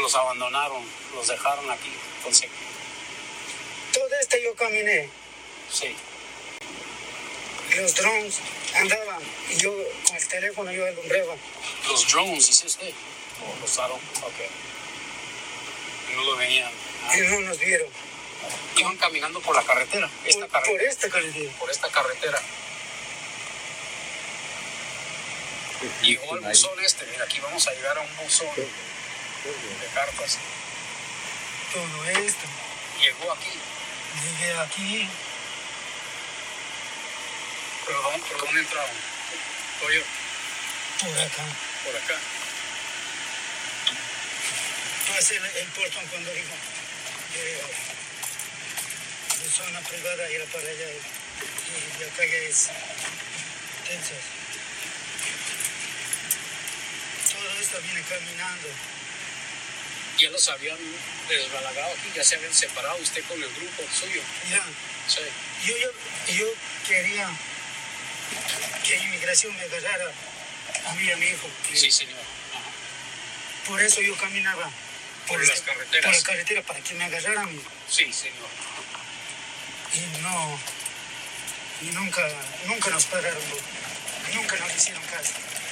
los abandonaron, los dejaron aquí. Entonces, todo esto yo caminé. sí. Los drones andaban y yo con el teléfono yo alumbraba. Los drones, dice usted. O los aros, ok. No lo venían. Y no nos vieron. Iban caminando por la carretera. Por esta carretera. Por esta carretera. Llegó al buzón mira, aquí vamos a llegar a un buzón de cartas. Todo esto. Llegó aquí. Llegué aquí. ¿Pero dónde entraron? Oye. Por acá. Por acá. Pasé el portón cuando dijo de zona privada y era para allá. Y la calle es Texas. Todo esto viene caminando. Ya los habían desbalagado aquí, ya se habían separado usted con el grupo suyo. Ya. Sí. Yo quería que inmigración me agarrara a mí y a mi hijo. Sí, señor. Ajá. Por eso yo caminaba. Por las carreteras. Por la carretera, para que me agarraran. Sí, señor. Y nunca nos pagaron, nunca nos hicieron caso.